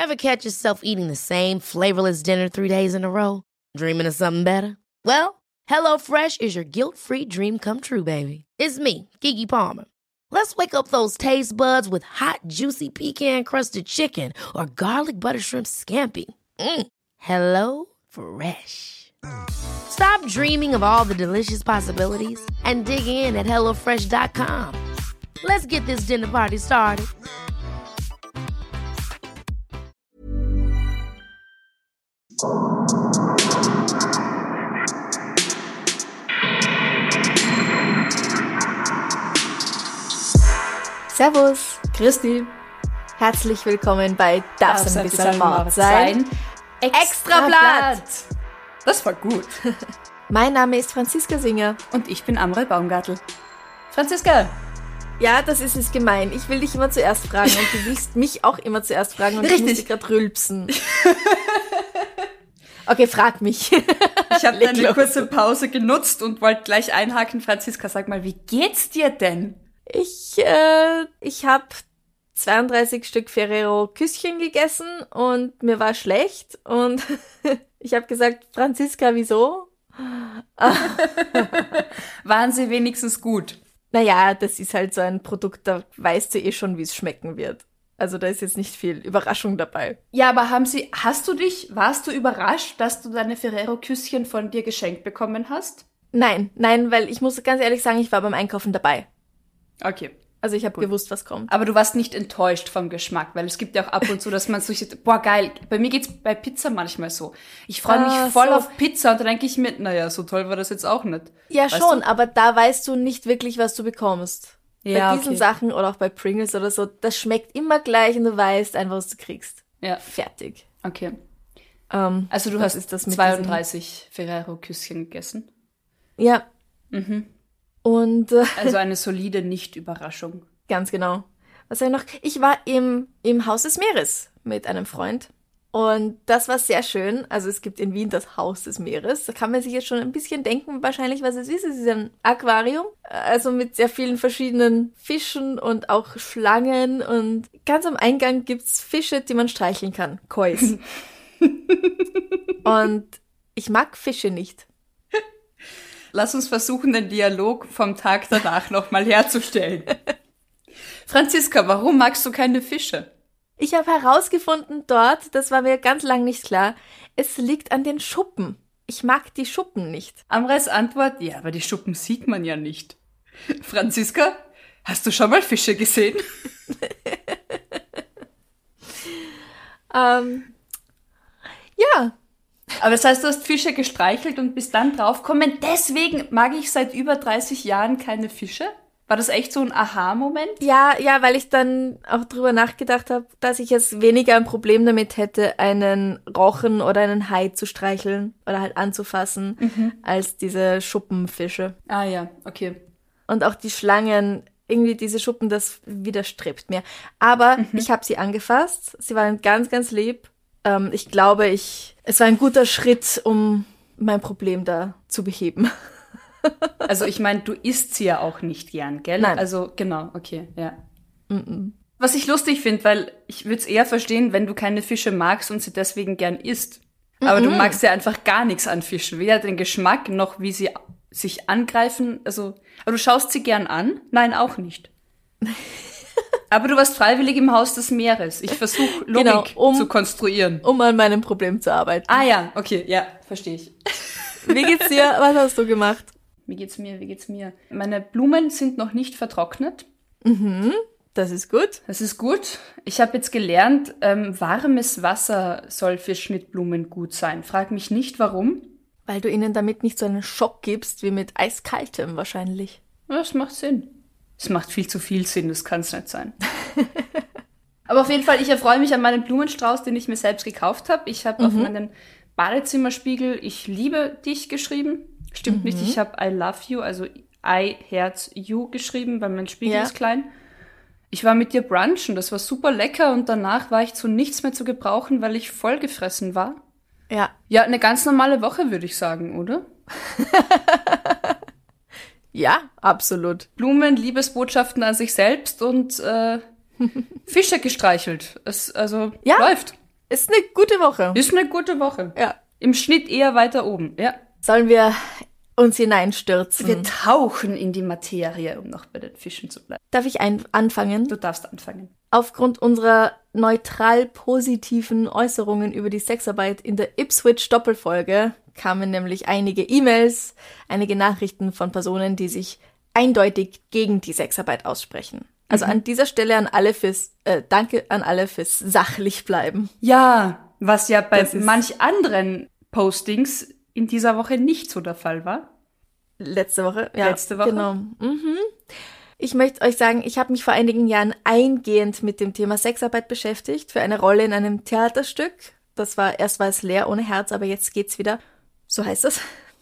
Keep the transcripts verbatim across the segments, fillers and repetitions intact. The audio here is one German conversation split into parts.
Ever catch yourself eating the same flavorless dinner three days in a row? Dreaming of something better? Well, HelloFresh is your guilt-free dream come true, baby. It's me, Keke Palmer. Let's wake up those taste buds with hot, juicy pecan-crusted chicken or garlic butter shrimp scampi. Mm. Hello Fresh. Stop dreaming of all the delicious possibilities and dig in at hello fresh dot com. Let's get this dinner party started. Servus, Christi, herzlich willkommen bei Darf's Darf's ein bisschen Mord sein? Extrablatt. Das war gut. Mein Name ist Franziska Singer. Und ich bin Amrei Baumgartl. Franziska. Ja, das ist es gemein. Ich will dich immer zuerst fragen und du willst mich auch immer zuerst fragen und Richtig. ich muss dich gerade rülpsen. Okay, frag mich. Ich habe eine kurze Pause genutzt und wollte gleich einhaken. Franziska, sag mal, wie geht's dir denn? Ich, äh, ich habe zweiunddreißig Stück Ferrero Küsschen gegessen und mir war schlecht und ich habe gesagt, Franziska, wieso? Waren sie wenigstens gut? Naja, das ist halt so ein Produkt, da weißt du eh schon, wie es schmecken wird. Also da ist jetzt nicht viel Überraschung dabei. Ja, aber haben sie, hast du dich, warst du überrascht, dass du deine Ferrero Küsschen von dir geschenkt bekommen hast? Nein, nein, weil ich muss ganz ehrlich sagen, ich war beim Einkaufen dabei. Okay. Also ich habe gewusst, was kommt. Aber du warst nicht enttäuscht vom Geschmack, weil es gibt ja auch ab und zu, dass man so, boah geil, bei mir geht's bei Pizza manchmal so. Ich freue mich Ah, voll so. auf Pizza und dann denke ich mir, naja, so toll war das jetzt auch nicht. Ja, Weißt schon, du? aber da weißt du nicht wirklich, was du bekommst. Ja, Bei diesen okay. Sachen oder auch bei Pringles oder so, das schmeckt immer gleich und du weißt einfach, was du kriegst. Ja, Fertig. okay. Ähm, Also du was hast ist das mit zweiunddreißig Ferrero-Küsschen gegessen. diesen- Ja. Mhm. Und äh, Also eine solide Nicht-Überraschung. ganz genau. Was soll ich noch? Ich war im, im Haus des Meeres mit einem Freund. Und das war sehr schön. Also es gibt in Wien das Haus des Meeres. Da kann man sich jetzt schon ein bisschen denken, wahrscheinlich, was es ist. Es ist ein Aquarium. Also mit sehr vielen verschiedenen Fischen und auch Schlangen. Und ganz am Eingang gibt's Fische, die man streicheln kann. Kois. Und ich mag Fische nicht. Lass uns versuchen, den Dialog vom Tag danach nochmal herzustellen. Franziska, warum magst du keine Fische? Ich habe herausgefunden dort, das war mir ganz lang nicht klar, es liegt an den Schuppen. Ich mag die Schuppen nicht. Amreis Antwort, ja, aber die Schuppen sieht man ja nicht. Franziska, hast du schon mal Fische gesehen? Ähm, ja, Aber das heißt, du hast Fische gestreichelt und bist dann draufgekommen, deswegen mag ich seit über dreißig Jahren keine Fische? War das echt so ein Aha-Moment? ja, ja, weil ich dann auch drüber nachgedacht habe, dass ich jetzt weniger ein Problem damit hätte, einen Rochen oder einen Hai zu streicheln oder halt anzufassen, als diese Schuppenfische. Ah ja, okay. Und auch die Schlangen, irgendwie diese Schuppen, das widerstrebt mir. Aber ich habe sie angefasst. Sie waren ganz, ganz lieb. Ähm, ich glaube, ich, es war ein guter Schritt, um mein Problem da zu beheben. Also ich meine, du isst sie ja auch nicht gern, gell? Nein. Also genau, okay, ja. Was ich lustig finde, weil ich würde es eher verstehen, wenn du keine Fische magst und sie deswegen gern isst. Aber du magst ja einfach gar nichts an Fischen. Weder den Geschmack noch wie sie sich angreifen. Also, aber du schaust sie gern an? Nein, auch nicht. Aber du warst freiwillig im Haus des Meeres. Ich versuche Logik Genau, um- zu konstruieren. Um an meinem Problem zu arbeiten. Ah ja, okay, ja, verstehe ich. Wie geht's dir? Was hast du gemacht? Wie geht's mir, wie geht's mir? Meine Blumen sind noch nicht vertrocknet. Das ist gut. Das ist gut. Ich habe jetzt gelernt, ähm, warmes Wasser soll für Schnittblumen gut sein. Frag mich nicht, warum. Weil du ihnen damit nicht so einen Schock gibst, wie mit eiskaltem wahrscheinlich. Ja, das macht Sinn. Es macht viel zu viel Sinn, das kann es nicht sein. Aber auf jeden Fall, ich erfreue mich an meinem Blumenstrauß, den ich mir selbst gekauft habe. Ich habe auf meinen Badezimmerspiegel "Ich liebe dich" geschrieben. Stimmt nicht, ich habe "I love you", also I Herz you geschrieben, weil mein Spiegel Ja. ist klein. Ich war mit dir brunchen, das war super lecker und danach war ich zu nichts mehr zu gebrauchen, weil ich vollgefressen war. Ja. Ja, eine ganz normale Woche, würde ich sagen, oder? Ja, absolut. Blumen, Liebesbotschaften an sich selbst und äh, Fische gestreichelt. Es also Ja. läuft. Ist eine gute Woche. Ist eine gute Woche. Ja. Im Schnitt eher weiter oben, ja. Sollen wir uns hineinstürzen? Wir tauchen in die Materie, um noch bei den Fischen zu bleiben. Darf ich ein anfangen? Du darfst anfangen. Aufgrund unserer neutral positiven Äußerungen über die Sexarbeit in der Ipswich-Doppelfolge kamen nämlich einige E-Mails, einige Nachrichten von Personen, die sich eindeutig gegen die Sexarbeit aussprechen. Also mhm. an dieser Stelle an alle fürs, äh, danke an alle fürs sachlich bleiben. Ja, was ja bei manch anderen Postings in dieser Woche nicht so der Fall war. Letzte Woche, ja. Letzte Woche. Genau. Mhm. Ich möchte euch sagen, ich habe mich vor einigen Jahren eingehend mit dem Thema Sexarbeit beschäftigt für eine Rolle in einem Theaterstück. Das war, erst war es Leer ohne Herz, aber jetzt geht's wieder. So heißt es.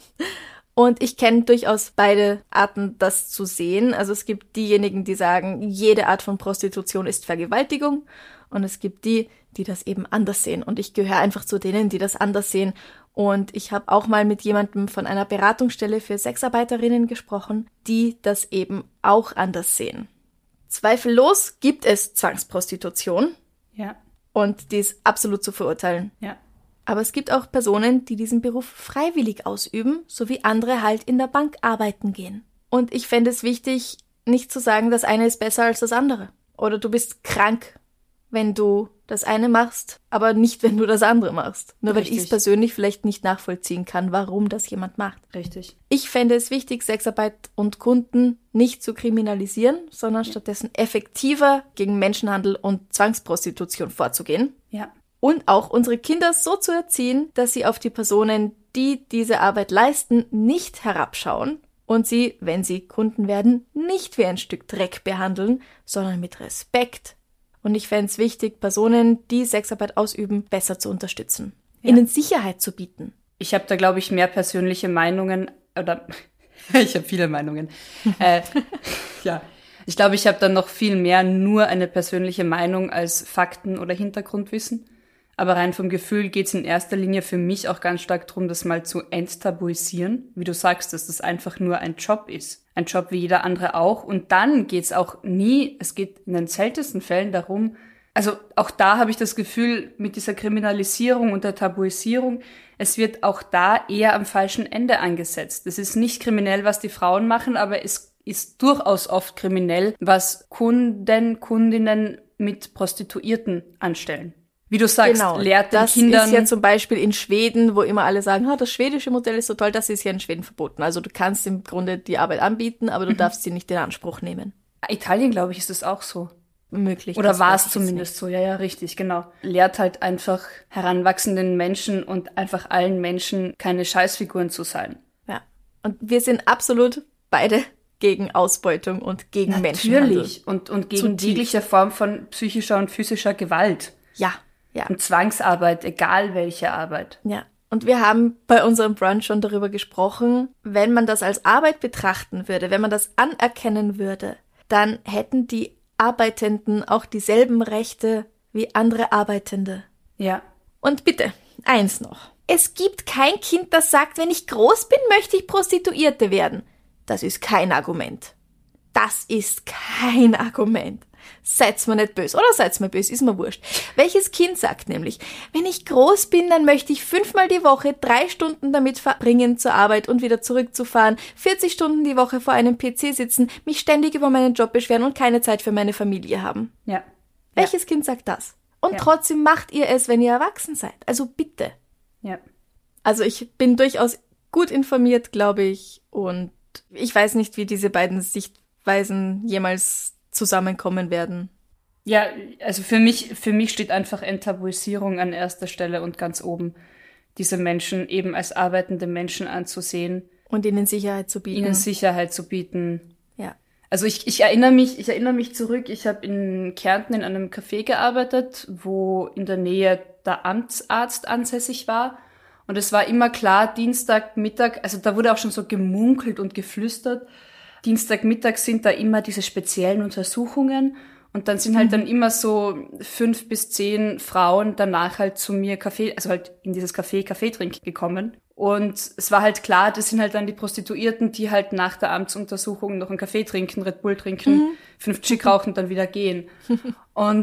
Und ich kenne durchaus beide Arten, das zu sehen. Also es gibt diejenigen, die sagen, jede Art von Prostitution ist Vergewaltigung. Und es gibt die, die das eben anders sehen. Und ich gehöre einfach zu denen, die das anders sehen. Und ich habe auch mal mit jemandem von einer Beratungsstelle für Sexarbeiterinnen gesprochen, die das eben auch anders sehen. Zweifellos gibt es Zwangsprostitution. Ja. Und die ist absolut zu verurteilen. Ja. Aber es gibt auch Personen, die diesen Beruf freiwillig ausüben, so wie andere halt in der Bank arbeiten gehen. Und ich fände es wichtig, nicht zu sagen, das eine ist besser als das andere. Oder du bist krank, wenn du das eine machst, aber nicht, wenn du das andere machst. Nur Richtig. weil ich es persönlich vielleicht nicht nachvollziehen kann, warum das jemand macht. Richtig. Ich fände es wichtig, Sexarbeit und Kunden nicht zu kriminalisieren, sondern ja. stattdessen effektiver gegen Menschenhandel und Zwangsprostitution vorzugehen. Ja. Und auch unsere Kinder so zu erziehen, dass sie auf die Personen, die diese Arbeit leisten, nicht herabschauen und sie, wenn sie Kunden werden, nicht wie ein Stück Dreck behandeln, sondern mit Respekt. Und ich fände es wichtig, Personen, die Sexarbeit ausüben, besser zu unterstützen. Ja. Ihnen Sicherheit zu bieten. Ich habe da, glaube ich, mehr persönliche Meinungen, oder ich habe viele Meinungen. äh, ja, ich glaube, ich habe da noch viel mehr nur eine persönliche Meinung als Fakten oder Hintergrundwissen. Aber rein vom Gefühl geht es in erster Linie für mich auch ganz stark darum, das mal zu enttabuisieren. Wie du sagst, dass das einfach nur ein Job ist. Ein Job wie jeder andere auch. Und dann geht es auch nie, es geht in den seltensten Fällen darum, also auch da habe ich das Gefühl, mit dieser Kriminalisierung und der Tabuisierung, es wird auch da eher am falschen Ende angesetzt. Es ist nicht kriminell, was die Frauen machen, aber es ist durchaus oft kriminell, was Kunden, Kundinnen mit Prostituierten anstellen. Wie du sagst, genau, lehrt den das Kindern... Das ist ja zum Beispiel in Schweden, wo immer alle sagen, ah, das schwedische Modell ist so toll, das ist ja in Schweden verboten. Also du kannst im Grunde die Arbeit anbieten, aber du mhm. darfst sie nicht in Anspruch nehmen. Italien, glaube ich, ist das auch so. Möglich. Oder war es zumindest so, ja, ja, richtig, genau. Lehrt halt einfach heranwachsenden Menschen und einfach allen Menschen keine Scheißfiguren zu sein. Ja, und wir sind absolut beide gegen Ausbeutung und gegen Natürlich. Menschenhandel. Natürlich, und, und gegen jegliche Form von psychischer und physischer Gewalt. Ja, ja. Und Zwangsarbeit, egal welche Arbeit. Ja. Und wir haben bei unserem Brunch schon darüber gesprochen, wenn man das als Arbeit betrachten würde, wenn man das anerkennen würde, dann hätten die Arbeitenden auch dieselben Rechte wie andere Arbeitende. Ja. Und bitte, eins noch. Es gibt kein Kind, das sagt, wenn ich groß bin, möchte ich Prostituierte werden. Das ist kein Argument. Das ist kein Argument. Seid's mir nicht böse. Oder seid's mir böse, ist mir wurscht. Welches Kind sagt nämlich, wenn ich groß bin, dann möchte ich fünfmal die Woche drei Stunden damit verbringen, zur Arbeit und wieder zurückzufahren, vierzig Stunden die Woche vor einem P C sitzen, mich ständig über meinen Job beschweren und keine Zeit für meine Familie haben. Ja. Welches ja. Kind sagt das? Und ja. trotzdem macht ihr es, wenn ihr erwachsen seid. Also bitte. Ja. Also ich bin durchaus gut informiert, glaube ich, und ich weiß nicht, wie diese beiden Sichtweisen jemals zusammenkommen werden. Ja, also für mich, für mich steht einfach Enttabuisierung an erster Stelle und ganz oben. Diese Menschen eben als arbeitende Menschen anzusehen. Und ihnen Sicherheit zu bieten. Ihnen Sicherheit zu bieten. Ja. Also ich, ich erinnere mich, ich erinnere mich zurück, ich habe in Kärnten in einem Café gearbeitet, wo in der Nähe der Amtsarzt ansässig war. Und es war immer klar, Dienstagmittag, also da wurde auch schon so gemunkelt und geflüstert, Dienstagmittag sind da immer diese speziellen Untersuchungen und dann sind halt mhm. dann immer so fünf bis zehn Frauen danach halt zu mir Kaffee, also halt in dieses Café Kaffee trinken gekommen. Und es war halt klar, das sind halt dann die Prostituierten, die halt nach der Amtsuntersuchung noch einen Kaffee trinken, Red Bull trinken, mhm. fünf Chick rauchen und dann wieder gehen. Und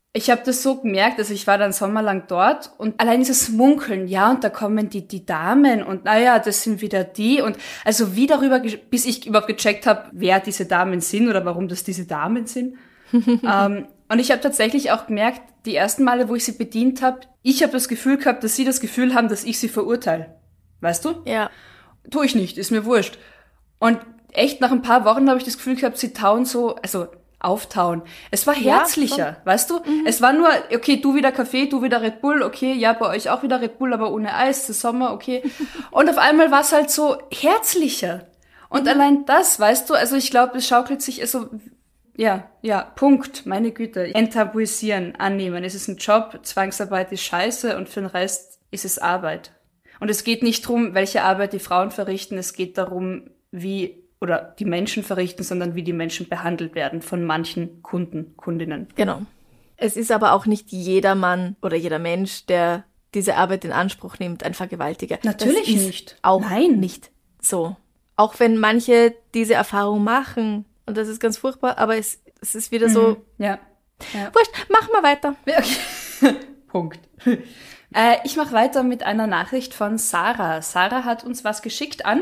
Ich habe das so gemerkt, also ich war dann sommerlang dort und allein dieses Munkeln, ja, und da kommen die die Damen und naja, das sind wieder die und also wie darüber, bis ich überhaupt gecheckt habe, wer diese Damen sind oder warum das diese Damen sind. ähm, und ich habe tatsächlich auch gemerkt, die ersten Male, wo ich sie bedient habe, ich habe das Gefühl gehabt, dass sie das Gefühl haben, dass ich sie verurteile. Weißt du? Ja. Tu ich nicht, ist mir wurscht. Und echt nach ein paar Wochen habe ich das Gefühl gehabt, sie tauen so, also auftauen. Es war herzlicher, ja, weißt du? Mhm. Es war nur, okay, du wieder Kaffee, du wieder Red Bull, okay, ja, bei euch auch wieder Red Bull, aber ohne Eis, es ist Sommer, okay. Und auf einmal war es halt so herzlicher. Und mhm. allein das, weißt du, also ich glaube, es schaukelt sich, also, ja, ja, Punkt, meine Güte. Enttabuisieren, annehmen. Es ist ein Job, Zwangsarbeit ist scheiße und für den Rest ist es Arbeit. Und es geht nicht darum, welche Arbeit die Frauen verrichten, es geht darum, wie oder die Menschen verrichten, sondern wie die Menschen behandelt werden von manchen Kunden, Kundinnen. Genau. Es ist aber auch nicht jeder Mann oder jeder Mensch, der diese Arbeit in Anspruch nimmt, ein Vergewaltiger. Natürlich das ist nicht. Auch Nein. nicht so. Auch wenn manche diese Erfahrung machen, und das ist ganz furchtbar, aber es, es ist wieder mhm. so, ja. ja. Wurscht, machen wir weiter. Okay. Punkt. Äh, ich mache weiter mit einer Nachricht von Sarah. Sarah hat uns was geschickt an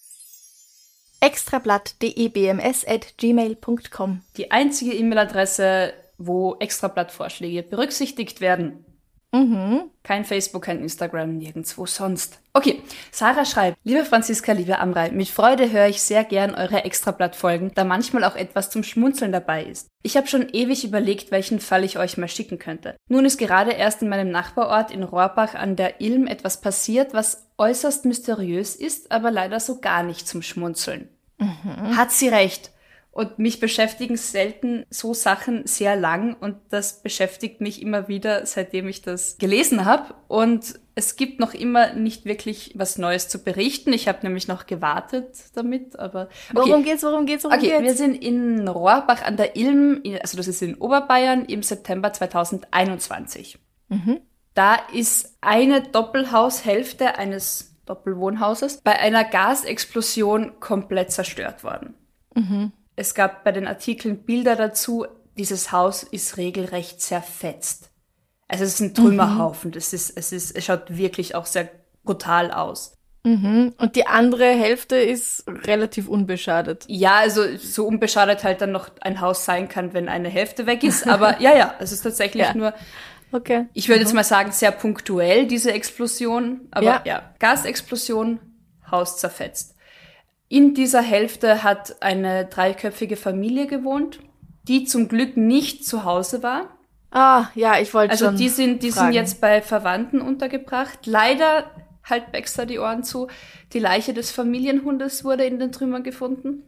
extrablatt punkt de b m s at gmail punkt com. Die einzige E-Mail-Adresse, wo Extrablatt-Vorschläge berücksichtigt werden. Mhm. Kein Facebook, kein Instagram, nirgendwo sonst. Okay, Sarah schreibt, liebe Franziska, liebe Amrei, mit Freude höre ich sehr gern eure Extrablatt-Folgen, da manchmal auch etwas zum Schmunzeln dabei ist. Ich habe schon ewig überlegt, welchen Fall ich euch mal schicken könnte. Nun ist gerade erst in meinem Nachbarort in Rohrbach an der Ilm etwas passiert, was äußerst mysteriös ist, aber leider so gar nicht zum Schmunzeln. Mhm. Hat sie recht. Und mich beschäftigen selten so Sachen sehr lang und das beschäftigt mich immer wieder, seitdem ich das gelesen habe. Und es gibt noch immer nicht wirklich was Neues zu berichten. Ich habe nämlich noch gewartet damit, aber... Okay. Worum geht's, worum geht's, worum okay, geht's? Wir sind in Rohrbach an der Ilm, also das ist in Oberbayern, im September zweitausendeinundzwanzig. Mhm. Da ist eine Doppelhaushälfte eines Doppelwohnhauses bei einer Gasexplosion komplett zerstört worden. Mhm. Es gab bei den Artikeln Bilder dazu, dieses Haus ist regelrecht zerfetzt. Also es ist ein Trümmerhaufen, das ist, es ist, es schaut wirklich auch sehr brutal aus. Mhm. Und die andere Hälfte ist relativ unbeschadet. Ja, also so unbeschadet halt dann noch ein Haus sein kann, wenn eine Hälfte weg ist. Aber ja, ja, es ist tatsächlich ja. nur, okay. ich würde mhm. jetzt mal sagen, sehr punktuell, diese Explosion. Aber ja, ja. Gasexplosion, Haus zerfetzt. In dieser Hälfte hat eine dreiköpfige Familie gewohnt, die zum Glück nicht zu Hause war. Ah, ja, ich wollte also schon Also die sind, die fragen. sind jetzt bei Verwandten untergebracht. Leider, halt Baxter die Ohren zu, die Leiche des Familienhundes wurde in den Trümmern gefunden.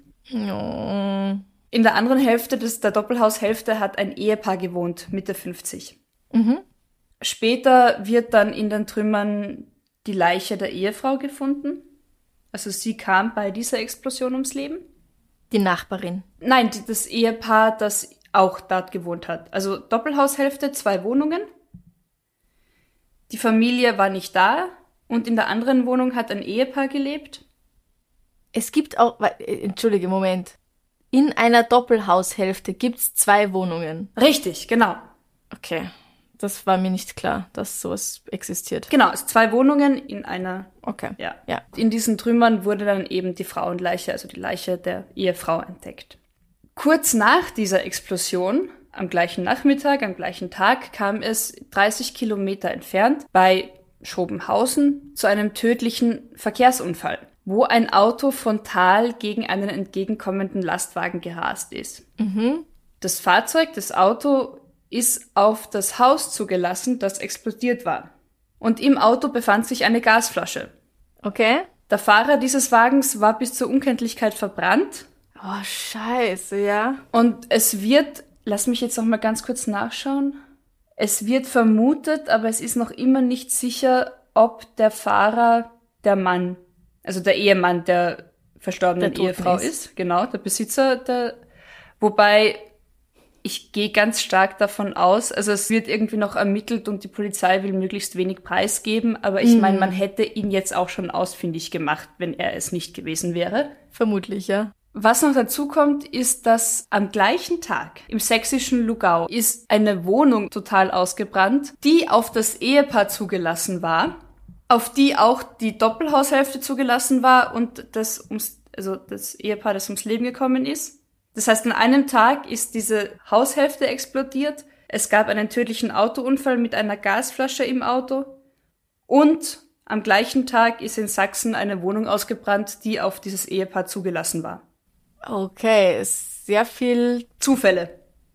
Oh. In der anderen Hälfte des, der Doppelhaushälfte hat ein Ehepaar gewohnt, Mitte fünfzig. Mhm. Später wird dann in den Trümmern die Leiche der Ehefrau gefunden. Also sie kam bei dieser Explosion ums Leben. Die Nachbarin? Nein, das Ehepaar, das auch dort gewohnt hat. Also Doppelhaushälfte, zwei Wohnungen. Die Familie war nicht da und in der anderen Wohnung hat ein Ehepaar gelebt. Es gibt auch, entschuldige, Moment. In einer Doppelhaushälfte gibt's zwei Wohnungen. Richtig, genau. Okay. Das war mir nicht klar, dass sowas existiert. Genau, es zwei Wohnungen in einer... Okay. Ja. ja. In diesen Trümmern wurde dann eben die Frauenleiche, also die Leiche der Ehefrau, entdeckt. Kurz nach dieser Explosion, am gleichen Nachmittag, am gleichen Tag, kam es dreißig Kilometer entfernt bei Schobenhausen zu einem tödlichen Verkehrsunfall, wo ein Auto frontal gegen einen entgegenkommenden Lastwagen gerast ist. Mhm. Das Fahrzeug, das Auto, ist auf das Haus zugelassen, das explodiert war. Und im Auto befand sich eine Gasflasche. Okay. Der Fahrer dieses Wagens war bis zur Unkenntlichkeit verbrannt. Oh, scheiße, ja. Und es wird, lass mich jetzt noch mal ganz kurz nachschauen, es wird vermutet, aber es ist noch immer nicht sicher, ob der Fahrer der Mann, also der Ehemann der verstorbenen der Ehefrau ist. ist. Genau, der Besitzer der, wobei ich gehe ganz stark davon aus, also es wird irgendwie noch ermittelt und die Polizei will möglichst wenig preisgeben, aber ich mm. meine, man hätte ihn jetzt auch schon ausfindig gemacht, wenn er es nicht gewesen wäre. Vermutlich, ja. Was noch dazu kommt, ist, dass am gleichen Tag im sächsischen Lugau ist eine Wohnung total ausgebrannt, die auf das Ehepaar zugelassen war, auf die auch die Doppelhaushälfte zugelassen war und das, ums, also das Ehepaar, das ums Leben gekommen ist. Das heißt, an einem Tag ist diese Haushälfte explodiert, es gab einen tödlichen Autounfall mit einer Gasflasche im Auto und am gleichen Tag ist in Sachsen eine Wohnung ausgebrannt, die auf dieses Ehepaar zugelassen war. Okay, ist sehr viel Zufälle.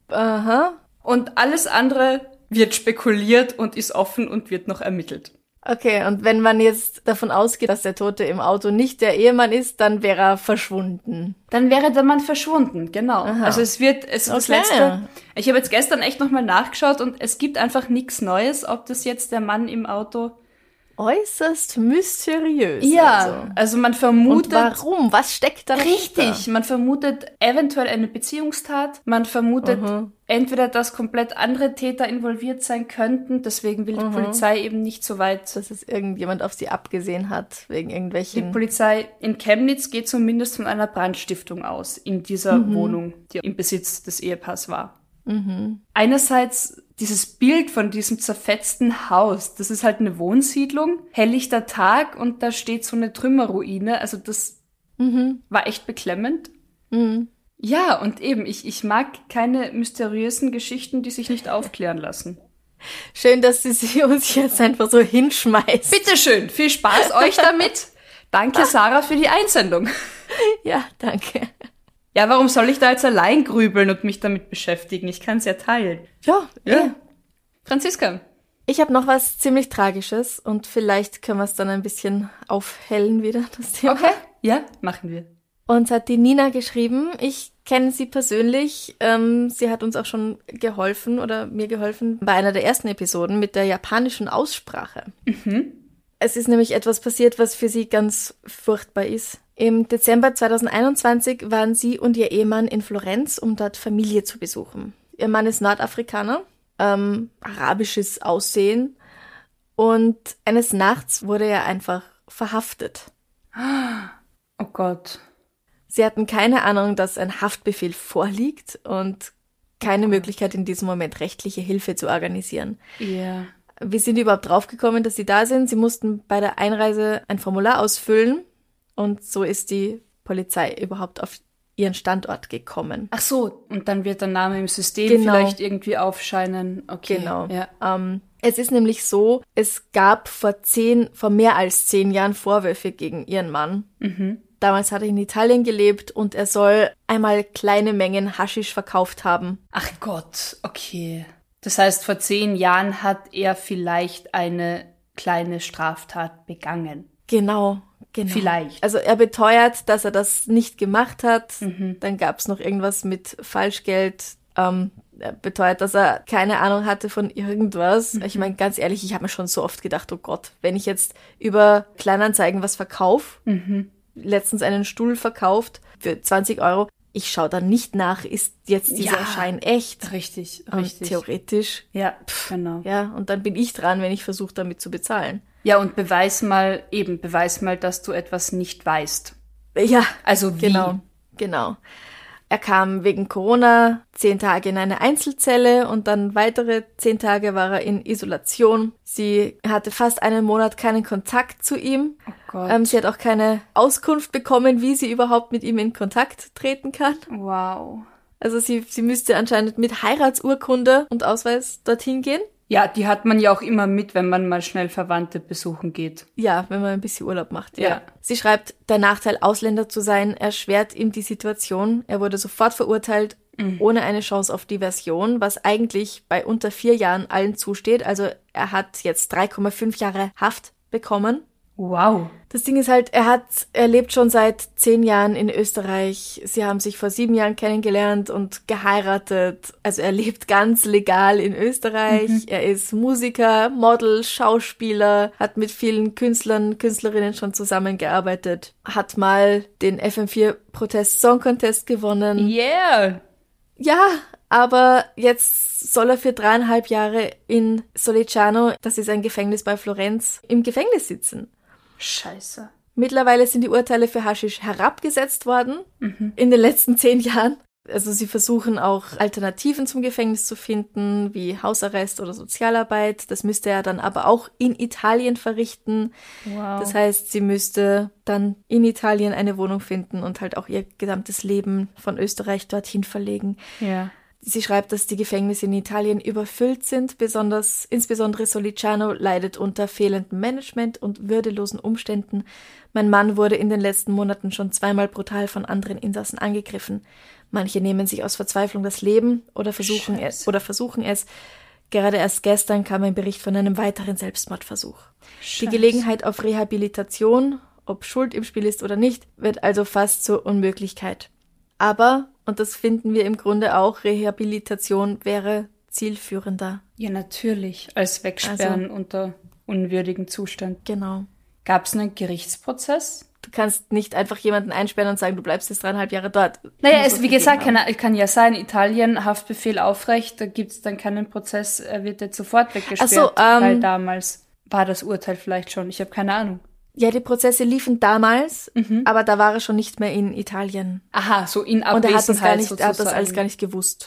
Aha. Und alles andere wird spekuliert und ist offen und wird noch ermittelt. Okay, und wenn man jetzt davon ausgeht, dass der Tote im Auto nicht der Ehemann ist, dann wäre er verschwunden. Dann wäre der Mann verschwunden, genau. Aha. Also es wird, es ist das Okay. Letzte. Ich habe jetzt gestern echt nochmal nachgeschaut und es gibt einfach nichts Neues, ob das jetzt der Mann im Auto... Äußerst mysteriös. Ja, Also. also man Und vermutet... warum? Was steckt da Richtig, dahinter? man vermutet eventuell eine Beziehungstat, man vermutet Mhm. entweder, dass komplett andere Täter involviert sein könnten, deswegen will die Mhm. Polizei eben nicht so weit. Dass es irgendjemand auf sie abgesehen hat, wegen Die irgendwelchen... Polizei in Chemnitz geht zumindest von einer Brandstiftung aus in dieser Mhm. Wohnung, die im Besitz des Ehepaars war. Mhm. Einerseits dieses Bild von diesem zerfetzten Haus, das ist halt eine Wohnsiedlung, helllichter Tag und da steht so eine Trümmerruine, also das Mhm. war echt beklemmend. Mhm. Ja, und eben, ich, ich mag keine mysteriösen Geschichten, die sich nicht aufklären lassen. Schön, dass sie sie uns jetzt einfach so hinschmeißt. Bitteschön, viel Spaß euch damit. Danke, Sarah, für die Einsendung. Ja, danke. Ja, warum soll ich da jetzt allein grübeln und mich damit beschäftigen? Ich kann es ja teilen. Ja, Ja. eh. Franziska. Ich habe noch was ziemlich Tragisches und vielleicht können wir es dann ein bisschen aufhellen wieder, das Thema. Okay. Ja, machen wir. Uns hat die Nina geschrieben. Ich kenne sie persönlich. Ähm, sie hat uns auch schon geholfen oder mir geholfen bei einer der ersten Episoden mit der japanischen Aussprache. Mhm. Es ist nämlich etwas passiert, was für sie ganz furchtbar ist. Im Dezember zweitausendeinundzwanzig waren sie und ihr Ehemann in Florenz, um dort Familie zu besuchen. Ihr Mann ist Nordafrikaner, ähm, arabisches Aussehen und eines Nachts wurde er einfach verhaftet. Oh Gott. Sie hatten keine Ahnung, dass ein Haftbefehl vorliegt und keine Möglichkeit, in diesem Moment rechtliche Hilfe zu organisieren. Ja. Wie sind die überhaupt draufgekommen, dass sie da sind? Sie mussten bei der Einreise ein Formular ausfüllen und so ist die Polizei überhaupt auf ihren Standort gekommen. Ach so, und dann wird der Name im System Genau. vielleicht irgendwie aufscheinen. Okay. Genau. Ja. Ähm, es ist nämlich so, es gab vor zehn, vor mehr als zehn Jahren Vorwürfe gegen ihren Mann. Mhm. Damals hat er in Italien gelebt und er soll einmal kleine Mengen Haschisch verkauft haben. Ach Gott, okay. Das heißt, vor zehn Jahren hat er vielleicht eine kleine Straftat begangen. Genau, genau. Vielleicht. Also er beteuert, dass er das nicht gemacht hat. Mhm. Dann gab es noch irgendwas mit Falschgeld. Ähm, er beteuert, dass er keine Ahnung hatte von irgendwas. Mhm. Ich meine, ganz ehrlich, ich habe mir schon so oft gedacht, oh Gott, wenn ich jetzt über Kleinanzeigen was verkaufe, Mhm. letztens einen Stuhl verkauft für zwanzig Euro, ich schaue dann nicht nach, ist jetzt dieser Ja. Schein echt? Richtig, Und richtig. theoretisch, Ja, genau. ja, und dann bin ich dran, wenn ich versuche, damit zu bezahlen. Ja, und beweis mal, eben, beweis mal, dass du etwas nicht weißt. Ja, Also wie? genau, genau. Er kam wegen Corona zehn Tage in eine Einzelzelle und dann weitere zehn Tage war er in Isolation. Sie hatte fast einen Monat keinen Kontakt zu ihm. Oh Gott. Ähm, sie hat auch keine Auskunft bekommen, wie sie überhaupt mit ihm in Kontakt treten kann. Wow. Also sie, sie müsste anscheinend mit Heiratsurkunde und Ausweis dorthin gehen. Ja, die hat man ja auch immer mit, wenn man mal schnell Verwandte besuchen geht. Ja, wenn man ein bisschen Urlaub macht. Ja. Ja. Sie schreibt, der Nachteil, Ausländer zu sein, erschwert ihm die Situation. Er wurde sofort verurteilt, Mhm. ohne eine Chance auf Diversion, was eigentlich bei unter vier Jahren allen zusteht. Also er hat jetzt drei Komma fünf Jahre Haft bekommen. Wow. Das Ding ist halt, er hat, er lebt schon seit zehn Jahren in Österreich. Sie haben sich vor sieben Jahren kennengelernt und geheiratet. Also er lebt ganz legal in Österreich. Mhm. Er ist Musiker, Model, Schauspieler, hat mit vielen Künstlern, Künstlerinnen schon zusammengearbeitet, hat mal den F M vier Protest Song Contest gewonnen. Yeah. Ja, aber jetzt soll er für dreieinhalb Jahre in Sollicciano, das ist ein Gefängnis bei Florenz, im Gefängnis sitzen. Scheiße. Mittlerweile sind die Urteile für Haschisch herabgesetzt worden mhm. in den letzten zehn Jahren. Also sie versuchen auch Alternativen zum Gefängnis zu finden, wie Hausarrest oder Sozialarbeit. Das müsste er dann aber auch in Italien verrichten. Wow. Das heißt, sie müsste dann in Italien eine Wohnung finden und halt auch ihr gesamtes Leben von Österreich dorthin verlegen. Ja. Sie schreibt, dass die Gefängnisse in Italien überfüllt sind. Besonders, insbesondere Soliciano leidet unter fehlendem Management und würdelosen Umständen. Mein Mann wurde in den letzten Monaten schon zweimal brutal von anderen Insassen angegriffen. Manche nehmen sich aus Verzweiflung das Leben oder versuchen Scheiße. es, oder versuchen es. Gerade erst gestern kam ein Bericht von einem weiteren Selbstmordversuch. Scheiße. Die Gelegenheit auf Rehabilitation, ob Schuld im Spiel ist oder nicht, wird also fast zur Unmöglichkeit. Aber, und das finden wir im Grunde auch, Rehabilitation wäre zielführender. Ja, natürlich. Als Wegsperren Also, unter unwürdigen Zustand. Genau. Gab es einen Gerichtsprozess? Du kannst nicht einfach jemanden einsperren und sagen, du bleibst jetzt dreieinhalb Jahre dort. Naja, Muss es, was wie gesagt, gegeben kann, kann ja sein, Italien, Haftbefehl aufrecht, da gibt's dann keinen Prozess, er wird jetzt sofort weggesperrt, Ach so, ähm, weil damals war das Urteil vielleicht schon, ich habe keine Ahnung. Ja, die Prozesse liefen damals, Mhm. aber da war er schon nicht mehr in Italien. Aha, so in Und er hat das, Abwesenheit gar nicht, er hat das sozusagen. alles gar nicht gewusst.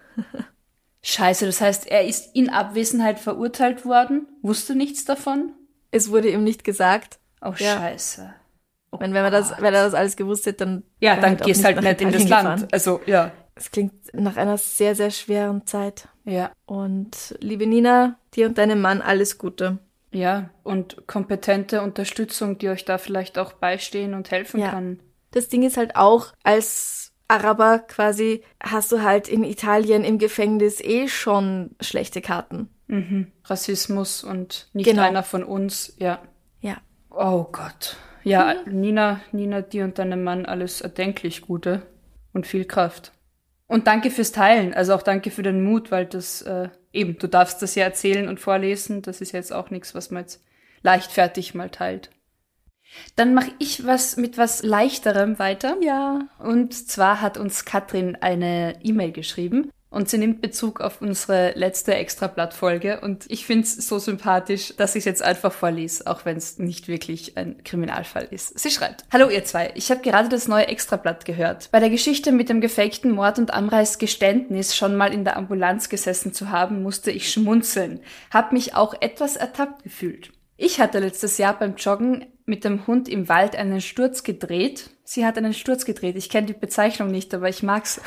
Scheiße, das heißt, er ist in Abwesenheit verurteilt worden, wusste nichts davon? Es wurde ihm nicht gesagt. Oh, Ja. scheiße. Oh Wenn, wenn, man das, Gott. wenn er das alles gewusst hätte, dann Ja, wäre dann auch gehst halt nach nicht in das Italien Land. gefahren. Also, ja. Es klingt nach einer sehr, sehr schweren Zeit. Ja. Und liebe Nina, dir und deinem Mann alles Gute. Ja, und kompetente Unterstützung, die euch da vielleicht auch beistehen und helfen Ja. kann. Das Ding ist halt auch, als Araber quasi hast du halt in Italien im Gefängnis eh schon schlechte Karten. Mhm. Rassismus und nicht Genau. einer von uns, ja. Ja. Oh Gott. Ja, Nina, Nina, dir und deinem Mann alles erdenklich Gute und viel Kraft. Und danke fürs Teilen, also auch danke für den Mut, weil das, äh, eben, du darfst das ja erzählen und vorlesen, das ist jetzt auch nichts, was man jetzt leichtfertig mal teilt. Dann mache ich was mit was Leichterem weiter. Ja. Und zwar hat uns Katrin eine E-Mail geschrieben und sie nimmt Bezug auf unsere letzte Extrablatt-Folge und ich finde es so sympathisch, dass ich es jetzt einfach vorlese, auch wenn es nicht wirklich ein Kriminalfall ist. Sie schreibt: Hallo ihr zwei, ich habe gerade das neue Extrablatt gehört. Bei der Geschichte mit dem gefakten Mord und Amreis Geständnis schon mal in der Ambulanz gesessen zu haben, musste ich schmunzeln, hab mich auch etwas ertappt gefühlt. Ich hatte letztes Jahr beim Joggen mit dem Hund im Wald einen Sturz gedreht. Sie hat einen Sturz gedreht. Ich kenne die Bezeichnung nicht, aber ich mag's.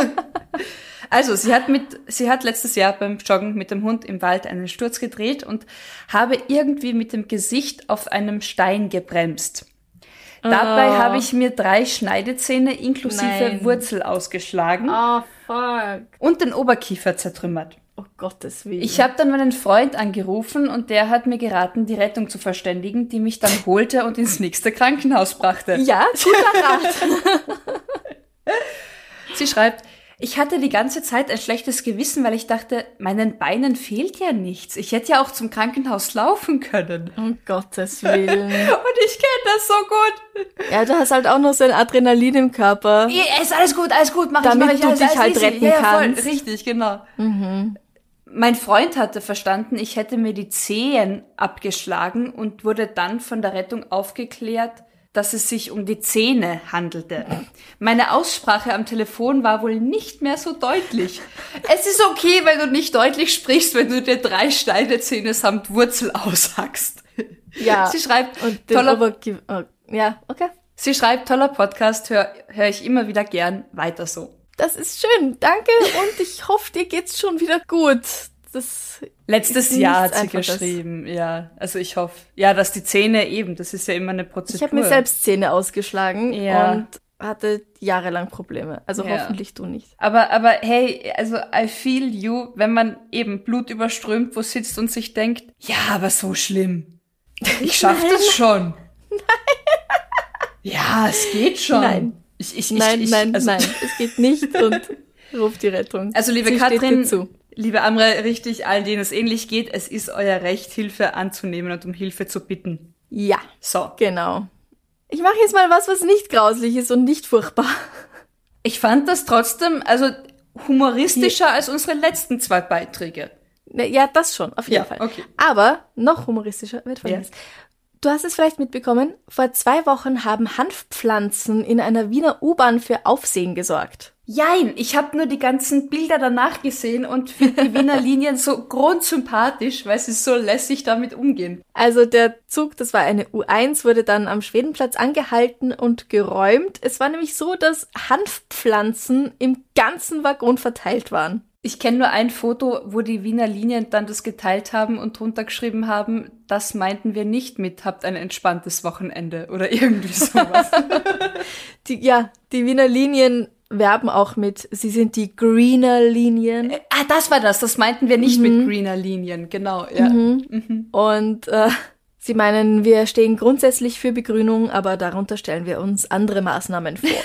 Also, sie hat mit, sie hat letztes Jahr beim Joggen mit dem Hund im Wald einen Sturz gedreht und habe irgendwie mit dem Gesicht auf einem Stein gebremst. Dabei Oh. habe ich mir drei Schneidezähne inklusive Nein. Wurzel ausgeschlagen Oh, fuck. und den Oberkiefer zertrümmert. Oh Gottes Willen. Ich habe dann meinen Freund angerufen und der hat mir geraten, die Rettung zu verständigen, die mich dann holte und ins nächste Krankenhaus brachte. Ja, guter Rat. Sie schreibt: Ich hatte die ganze Zeit ein schlechtes Gewissen, weil ich dachte, meinen Beinen fehlt ja nichts. Ich hätte ja auch zum Krankenhaus laufen können. Um Gottes Willen. Und ich kenne das so gut. Ja, du hast halt auch noch so ein Adrenalin im Körper. Ja, ist alles gut, alles gut, mach Damit ich, mach ich. du alles, dich alles halt easy. retten ja, ja, voll, kannst. richtig, genau. Mein Freund hatte verstanden, ich hätte mir die Zehen abgeschlagen und wurde dann von der Rettung aufgeklärt, dass es sich um die Zähne handelte. Meine Aussprache am Telefon war wohl nicht mehr so deutlich. Es ist okay, wenn du nicht deutlich sprichst, wenn du dir drei Schneidezähne samt Wurzel aushackst. Ja. Sie schreibt, Und den toller, Oberkiefer. Oh, ja, okay. sie schreibt, toller Podcast, höre hör ich immer wieder gern, weiter so. Das ist schön. Danke und ich hoffe, dir geht's schon wieder gut. Das Letztes ist Jahr nichts hat sie Einfaches. geschrieben, ja. Also ich hoffe, ja, dass die Zähne eben, das ist ja immer eine Prozedur. Ich habe mir selbst Zähne ausgeschlagen Ja. und hatte jahrelang Probleme. Also Ja. hoffentlich du nicht. Aber, aber hey, also I feel you, wenn man eben blutüberströmt wo sitzt und sich denkt, ja, aber so schlimm. Ich schaff Nein. das schon. Nein. Ja, es geht schon. Nein. Ich, ich, Nein, ich, ich, nein, also, nein. Es geht nicht und ruf die Rettung. Also liebe Sie steht Katrin, dir zu. liebe Amre, richtig, allen, denen es ähnlich geht, es ist euer Recht, Hilfe anzunehmen und um Hilfe zu bitten. Ja, So. genau. Ich mache jetzt mal was, was nicht grauslich ist und nicht furchtbar. Ich fand das trotzdem, also humoristischer als unsere letzten zwei Beiträge. Ne, Ja, das schon, auf jeden Ja, Fall. okay. Aber noch humoristischer wird folgendes. Du hast es vielleicht mitbekommen, vor zwei Wochen haben Hanfpflanzen in einer Wiener U-Bahn für Aufsehen gesorgt. Jein, ich habe nur die ganzen Bilder danach gesehen und finde die Wiener Linien so grundsympathisch, weil sie so lässig damit umgehen. Also der Zug, das war eine U eins, wurde dann am Schwedenplatz angehalten und geräumt. Es war nämlich so, dass Hanfpflanzen im ganzen Waggon verteilt waren. Ich kenne nur ein Foto, wo die Wiener Linien dann das geteilt haben und drunter geschrieben haben, das meinten wir nicht mit, habt ein entspanntes Wochenende oder irgendwie sowas. die, ja, die Wiener Linien werben auch mit, sie sind die Greener Linien. Äh, ah, das war das, das meinten wir nicht mhm. mit Greener Linien, genau. Ja. Mhm. Mhm. Und äh, sie meinen, wir stehen grundsätzlich für Begrünung, aber darunter stellen wir uns andere Maßnahmen vor.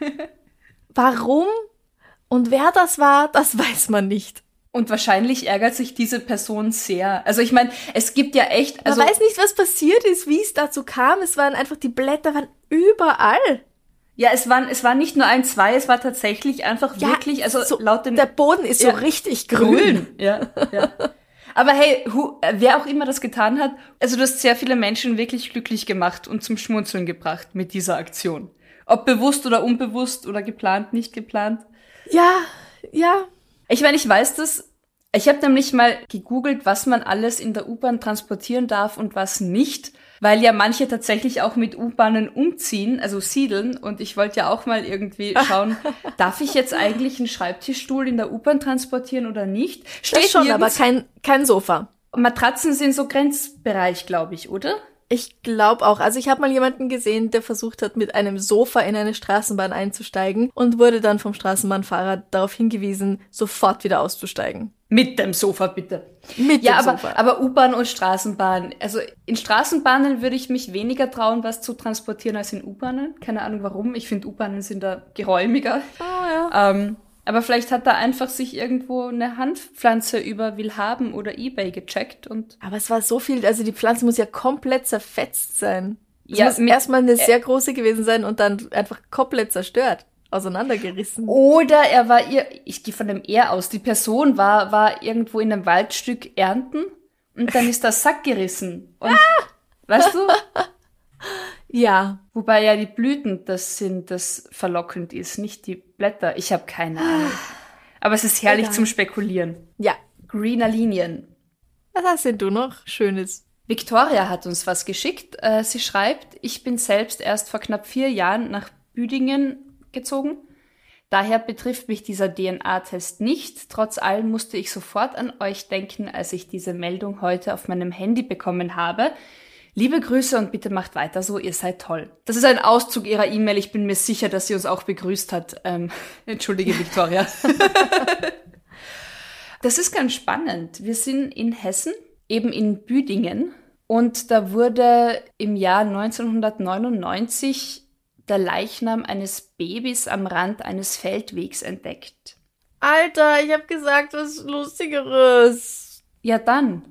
Warum und wer das war, das weiß man nicht. Und wahrscheinlich ärgert sich diese Person sehr. Also ich meine, es gibt ja echt... Also man weiß nicht, was passiert ist, wie es dazu kam. Es waren einfach, die Blätter waren überall. Ja, es waren, es waren nicht nur ein, zwei, es war tatsächlich einfach ja, wirklich, also so, laut dem... Der Boden ist ja, so richtig grün. grün. Ja, ja. Aber hey, hu, wer auch immer das getan hat, also du hast sehr viele Menschen wirklich glücklich gemacht und zum Schmunzeln gebracht mit dieser Aktion. Ob bewusst oder unbewusst oder geplant, nicht geplant. Ja, ja. Ich meine, ich weiß das. Ich habe nämlich mal gegoogelt, was man alles in der U-Bahn transportieren darf und was nicht, weil ja manche tatsächlich auch mit U-Bahnen umziehen, also siedeln. Und ich wollte ja auch mal irgendwie schauen, darf ich jetzt eigentlich einen Schreibtischstuhl in der U-Bahn transportieren oder nicht? Steht das schon, nirgends, aber kein, kein Sofa. Matratzen sind so Grenzbereich, glaube ich, oder? Ich glaube auch. Also ich habe mal jemanden gesehen, der versucht hat, mit einem Sofa in eine Straßenbahn einzusteigen und wurde dann vom Straßenbahnfahrer darauf hingewiesen, sofort wieder auszusteigen. Mit dem Sofa, bitte. Mit ja, dem aber, Sofa. aber U-Bahn und Straßenbahn. Also in Straßenbahnen würde ich mich weniger trauen, was zu transportieren als in U-Bahnen. Keine Ahnung warum. Ich finde, U-Bahnen sind da geräumiger. Oh, ja. Ähm, aber vielleicht hat da einfach sich irgendwo eine Hanfpflanze über Willhaben oder eBay gecheckt und... Aber es war so viel, also die Pflanze muss ja komplett zerfetzt sein. Es ja, muss erstmal eine sehr große gewesen sein und dann einfach komplett zerstört, auseinandergerissen. Oder er war ihr, ich gehe von dem er aus, die Person war, war irgendwo in einem Waldstück ernten und dann ist der Sack gerissen. Und, ah! Weißt du? Ja. Wobei ja die Blüten das sind, das verlockend ist, nicht die Blätter. Ich habe keine Ahnung. Aber es ist herrlich Egal. zum Spekulieren. Ja. Greener Linien. Was hast denn du noch Schönes? Victoria hat uns was geschickt. Äh, sie schreibt, ich bin selbst erst vor knapp vier Jahren nach Büdingen gezogen. Daher betrifft mich dieser D N A-Test nicht. Trotz allem musste ich sofort an euch denken, als ich diese Meldung heute auf meinem Handy bekommen habe. Liebe Grüße und bitte macht weiter so, ihr seid toll. Das ist ein Auszug ihrer E-Mail. Ich bin mir sicher, dass sie uns auch begrüßt hat. Ähm, entschuldige, Victoria. Das ist ganz spannend. Wir sind in Hessen, eben in Büdingen. Und da wurde im Jahr neunzehnhundertneunundneunzig der Leichnam eines Babys am Rand eines Feldwegs entdeckt. Alter, ich hab gesagt, was Lustigeres. Ja, dann.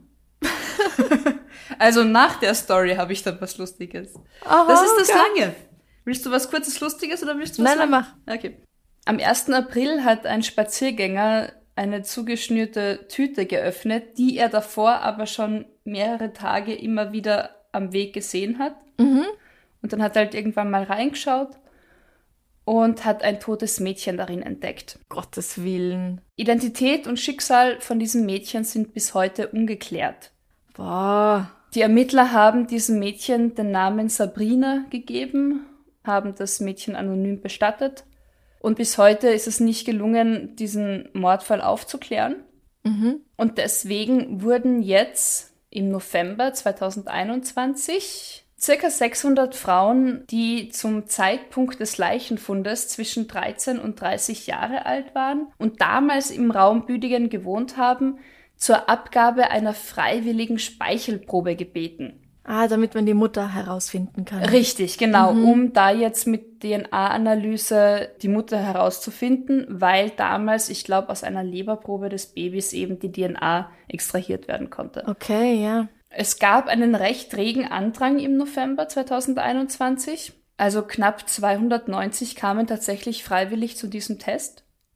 Also nach der Story habe ich dann was Lustiges. Aha, das ist das okay. Lange. Willst du was Kurzes, Lustiges oder willst du was Nein, nein, mach. Okay. Am ersten April hat ein Spaziergänger eine zugeschnürte Tüte geöffnet, die er davor aber schon mehrere Tage immer wieder am Weg gesehen hat. Mhm. Und dann hat er halt irgendwann mal reingeschaut und hat ein totes Mädchen darin entdeckt. Gottes Willen. Identität und Schicksal von diesem Mädchen sind bis heute ungeklärt. Boah. Die Ermittler haben diesem Mädchen den Namen Sabrina gegeben, haben das Mädchen anonym bestattet. Und bis heute ist es nicht gelungen, diesen Mordfall aufzuklären. Mhm. Und deswegen wurden jetzt im November zweitausendeinundzwanzig circa sechshundert Frauen, die zum Zeitpunkt des Leichenfundes zwischen dreizehn und dreißig Jahre alt waren und damals im Raum Büdingen gewohnt haben, zur Abgabe einer freiwilligen Speichelprobe gebeten. Ah, damit man die Mutter herausfinden kann. Richtig, genau, Mhm. um da jetzt mit D N A-Analyse die Mutter herauszufinden, weil damals, ich glaube, aus einer Leberprobe des Babys eben die D N A extrahiert werden konnte. Okay, ja. Es gab einen recht regen Andrang im November zweitausendeinundzwanzig. Also knapp zweihundertneunzig kamen tatsächlich freiwillig zu diesem Test.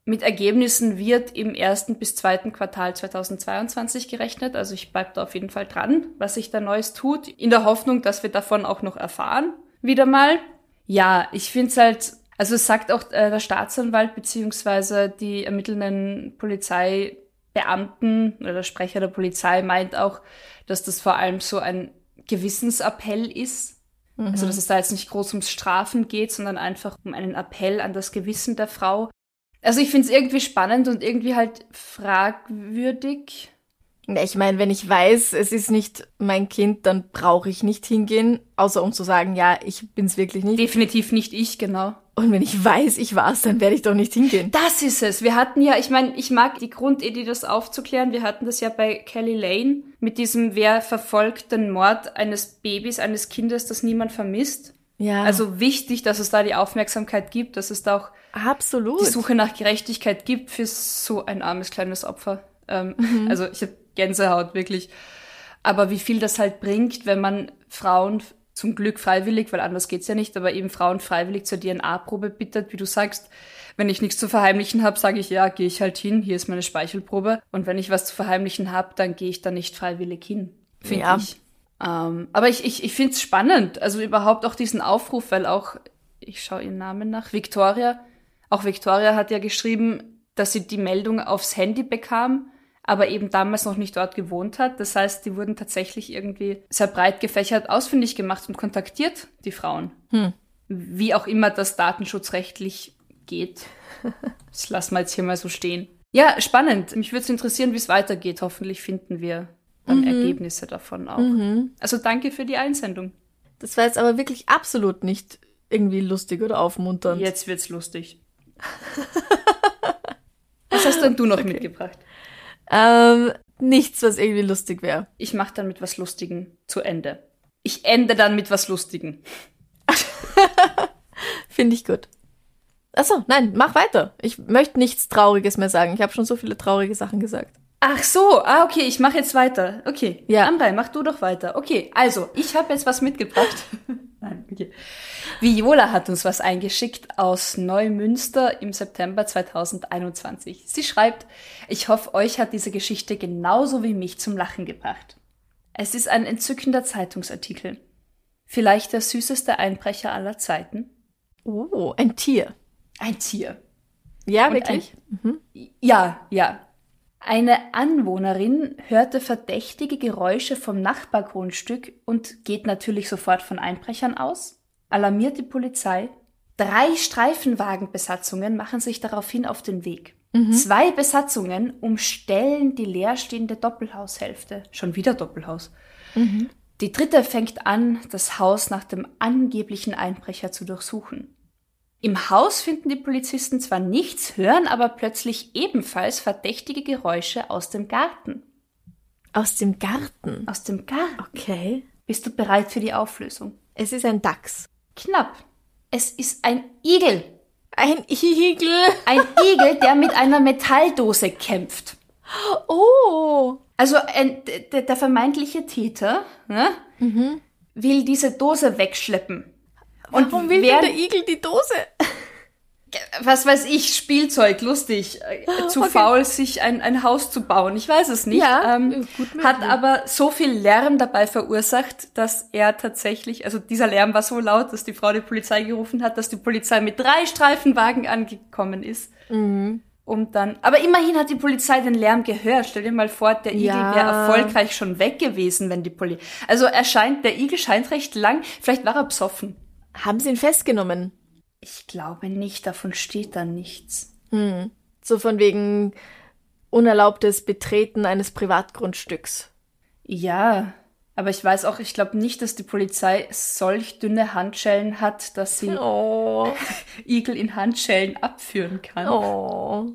Mit Ergebnissen wird im ersten bis zweiten Quartal zweitausendzweiundzwanzig gerechnet. Also ich bleib da auf jeden Fall dran, was sich da Neues tut. In der Hoffnung, dass wir davon auch noch erfahren. Wieder mal. Ja, ich find's halt, also es sagt auch äh, der Staatsanwalt beziehungsweise die ermittelnden Polizeibeamten oder der Sprecher der Polizei meint auch, dass das vor allem so ein Gewissensappell ist. Mhm. Also dass es da jetzt nicht groß ums Strafen geht, sondern einfach um einen Appell an das Gewissen der Frau. Also ich finde es irgendwie spannend und irgendwie halt fragwürdig. Ich meine, wenn ich weiß, es ist nicht mein Kind, dann brauche ich nicht hingehen, außer um zu sagen, ja, ich bin's wirklich nicht. Definitiv nicht ich, genau. Und wenn ich weiß, ich war's, dann werde ich doch nicht hingehen. Das ist es. Wir hatten ja, ich meine, ich mag die Grundidee, das aufzuklären. Wir hatten das ja bei Kelly Lane mit diesem wer verfolgt den Mord eines Babys, eines Kindes, das niemand vermisst. Ja. Also wichtig, dass es da die Aufmerksamkeit gibt, dass es da auch absolut die Suche nach Gerechtigkeit gibt für so ein armes kleines Opfer. Ähm, mhm. Also ich habe Gänsehaut, wirklich. Aber wie viel das halt bringt, wenn man Frauen zum Glück freiwillig, weil anders geht's ja nicht, aber eben Frauen freiwillig zur D N A-Probe bittet, wie du sagst. Wenn ich nichts zu verheimlichen habe, sage ich, ja, gehe ich halt hin, hier ist meine Speichelprobe. Und wenn ich was zu verheimlichen habe, dann gehe ich da nicht freiwillig hin, finde ja. ich. Ähm, aber ich, ich, ich finde es spannend, also überhaupt auch diesen Aufruf, weil auch, ich schaue ihren Namen nach, Victoria, auch Victoria hat ja geschrieben, dass sie die Meldung aufs Handy bekam, aber eben damals noch nicht dort gewohnt hat. Das heißt, die wurden tatsächlich irgendwie sehr breit gefächert ausfindig gemacht und kontaktiert, die Frauen. Hm. Wie auch immer das datenschutzrechtlich geht. Das lassen wir jetzt hier mal so stehen. Ja, spannend. Mich würde es interessieren, wie es weitergeht. Hoffentlich finden wir dann mhm. Ergebnisse davon auch. Mhm. Also danke für die Einsendung. Das war jetzt aber wirklich absolut nicht irgendwie lustig oder aufmunternd. Jetzt wird's lustig. Was hast denn du noch okay. mitgebracht? Ähm, nichts, was irgendwie lustig wäre. Ich mache dann mit was Lustigem zu Ende. Ich ende dann mit was Lustigem. Finde ich gut. Achso, nein, mach weiter. Ich möchte nichts Trauriges mehr sagen. Ich habe schon so viele traurige Sachen gesagt. Ach so, ah, okay, ich mache jetzt weiter. Okay, ja. Amrei, mach du doch weiter. Okay, also, ich habe jetzt was mitgebracht. Nein, okay. Viola hat uns was eingeschickt aus Neumünster im September zweitausendeinundzwanzig. Sie schreibt, ich hoffe, euch hat diese Geschichte genauso wie mich zum Lachen gebracht. Es ist ein entzückender Zeitungsartikel. Vielleicht der süßeste Einbrecher aller Zeiten. Oh, ein Tier. Ein Tier. Ja, Und wirklich? Ein, mhm. Ja, ja. Eine Anwohnerin hörte verdächtige Geräusche vom Nachbargrundstück und geht natürlich sofort von Einbrechern aus, alarmiert die Polizei. Drei Streifenwagenbesatzungen machen sich daraufhin auf den Weg. Mhm. Zwei Besatzungen umstellen die leerstehende Doppelhaushälfte. Schon wieder Doppelhaus. Mhm. Die dritte fängt an, das Haus nach dem angeblichen Einbrecher zu durchsuchen. Im Haus finden die Polizisten zwar nichts, hören aber plötzlich ebenfalls verdächtige Geräusche aus dem Garten. Aus dem Garten? Aus dem Garten. Okay. Bist du bereit für die Auflösung? Es ist ein Dachs. Knapp. Es ist ein Igel. Ein Igel? Ein Igel, der mit einer Metalldose kämpft. Oh. Also ein, der, der vermeintliche Täter ne, mhm. will diese Dose wegschleppen. Und warum will denn der Igel die Dose? Was weiß ich, Spielzeug, lustig. Zu okay. faul, sich ein, ein Haus zu bauen. Ich weiß es nicht. Ja, ähm, gut hat aber so viel Lärm dabei verursacht, dass er tatsächlich, also dieser Lärm war so laut, dass die Frau die Polizei gerufen hat, dass die Polizei mit drei Streifenwagen angekommen ist. Mhm. Und dann, aber immerhin hat die Polizei den Lärm gehört. Stell dir mal vor, der Igel ja. wäre erfolgreich schon weg gewesen, wenn die Polizei... Also er scheint, der Igel scheint recht lang, vielleicht war er besoffen. Haben sie ihn festgenommen? Ich glaube nicht, davon steht da nichts. Hm. So von wegen unerlaubtes Betreten eines Privatgrundstücks. Ja, aber ich weiß auch, ich glaube nicht, dass die Polizei solch dünne Handschellen hat, dass sie oh. Igel in Handschellen abführen kann. Oh.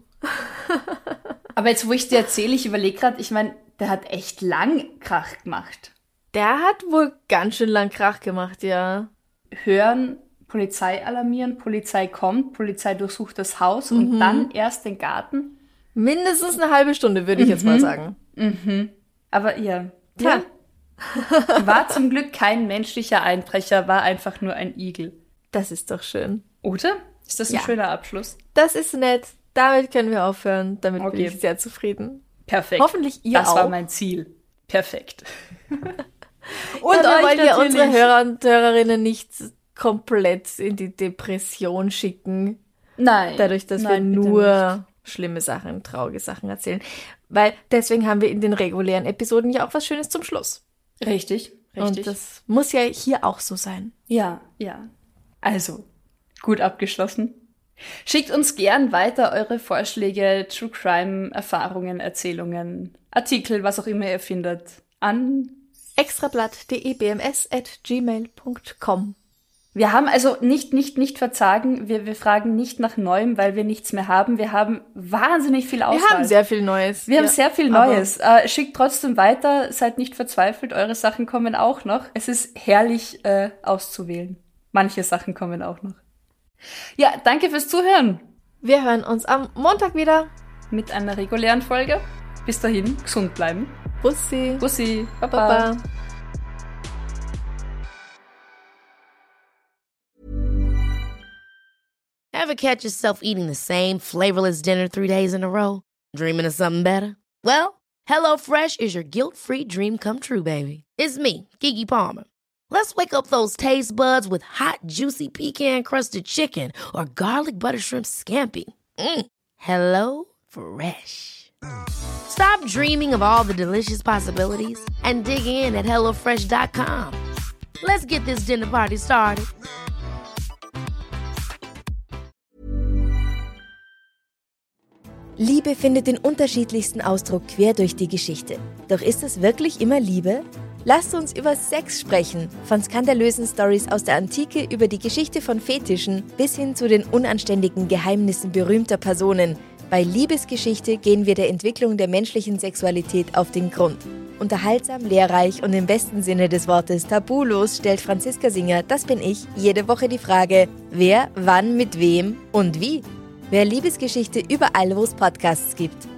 Aber jetzt, wo ich dir erzähle, ich überlege gerade, ich meine, der hat echt lang Krach gemacht. Der hat wohl ganz schön lang Krach gemacht, ja. Hören, Polizei alarmieren, Polizei kommt, Polizei durchsucht das Haus mhm. und dann erst den Garten. Mindestens eine halbe Stunde, würde ich mhm. jetzt mal sagen. Mhm. Aber ja, klar. Ja. War zum Glück kein menschlicher Einbrecher, war einfach nur ein Igel. Das ist doch schön. Oder? Ist das ein ja. schöner Abschluss? Das ist nett. damit können wir aufhören. Damit Okay. bin ich sehr zufrieden. Perfekt. Hoffentlich ihr das auch. Das war mein Ziel. Perfekt. Und Und ja, euch wollen wir natürlich. unsere Hörer und Hörerinnen nicht komplett in die Depression schicken. Nein. Dadurch, dass Nein, wir bitte nur nicht. schlimme Sachen, traurige Sachen erzählen. Weil deswegen haben wir in den regulären Episoden ja auch was Schönes zum Schluss. Richtig, richtig. Und das muss ja hier auch so sein. Ja, ja. Also, gut abgeschlossen. Schickt uns gern weiter eure Vorschläge, True Crime, Erfahrungen, Erzählungen, Artikel, was auch immer ihr findet, an. extrablatt.de at gmail punkt com. Wir haben also nicht, nicht, nicht verzagen. Wir, wir fragen nicht nach Neuem, weil wir nichts mehr haben. Wir haben wahnsinnig viel Auswahl. Wir haben sehr viel Neues. Wir ja, haben sehr viel Neues. Äh, schickt trotzdem weiter, seid nicht verzweifelt, eure Sachen kommen auch noch. Es ist herrlich äh, auszuwählen. Manche Sachen kommen auch noch. Ja, danke fürs Zuhören. Wir hören uns am Montag wieder. Mit einer regulären Folge. Bis dahin, gesund bleiben. Bussi. Bussi. Baba. Baba. Ever catch yourself eating the same flavorless dinner three days in a row? Dreaming of something better? Well, HelloFresh is your guilt-free dream come true, baby. It's me, Keke Palmer. Let's wake up those taste buds with hot, juicy pecan-crusted chicken or garlic butter shrimp scampi. Mm. Hello Fresh. Stop dreaming of all the delicious possibilities and dig in at hello fresh dot com. Let's get this dinner party started. Liebe findet den unterschiedlichsten Ausdruck quer durch die Geschichte. Doch ist es wirklich immer Liebe? Lasst uns über Sex sprechen. Von skandalösen Storys aus der Antike über die Geschichte von Fetischen bis hin zu den unanständigen Geheimnissen berühmter Personen. Bei Liebesgeschichte gehen wir der Entwicklung der menschlichen Sexualität auf den Grund. Unterhaltsam, lehrreich und im besten Sinne des Wortes tabulos stellt Franziska Singer, das bin ich, jede Woche die Frage, wer, wann, mit wem und wie. Wer Liebesgeschichte überall, wo es Podcasts gibt.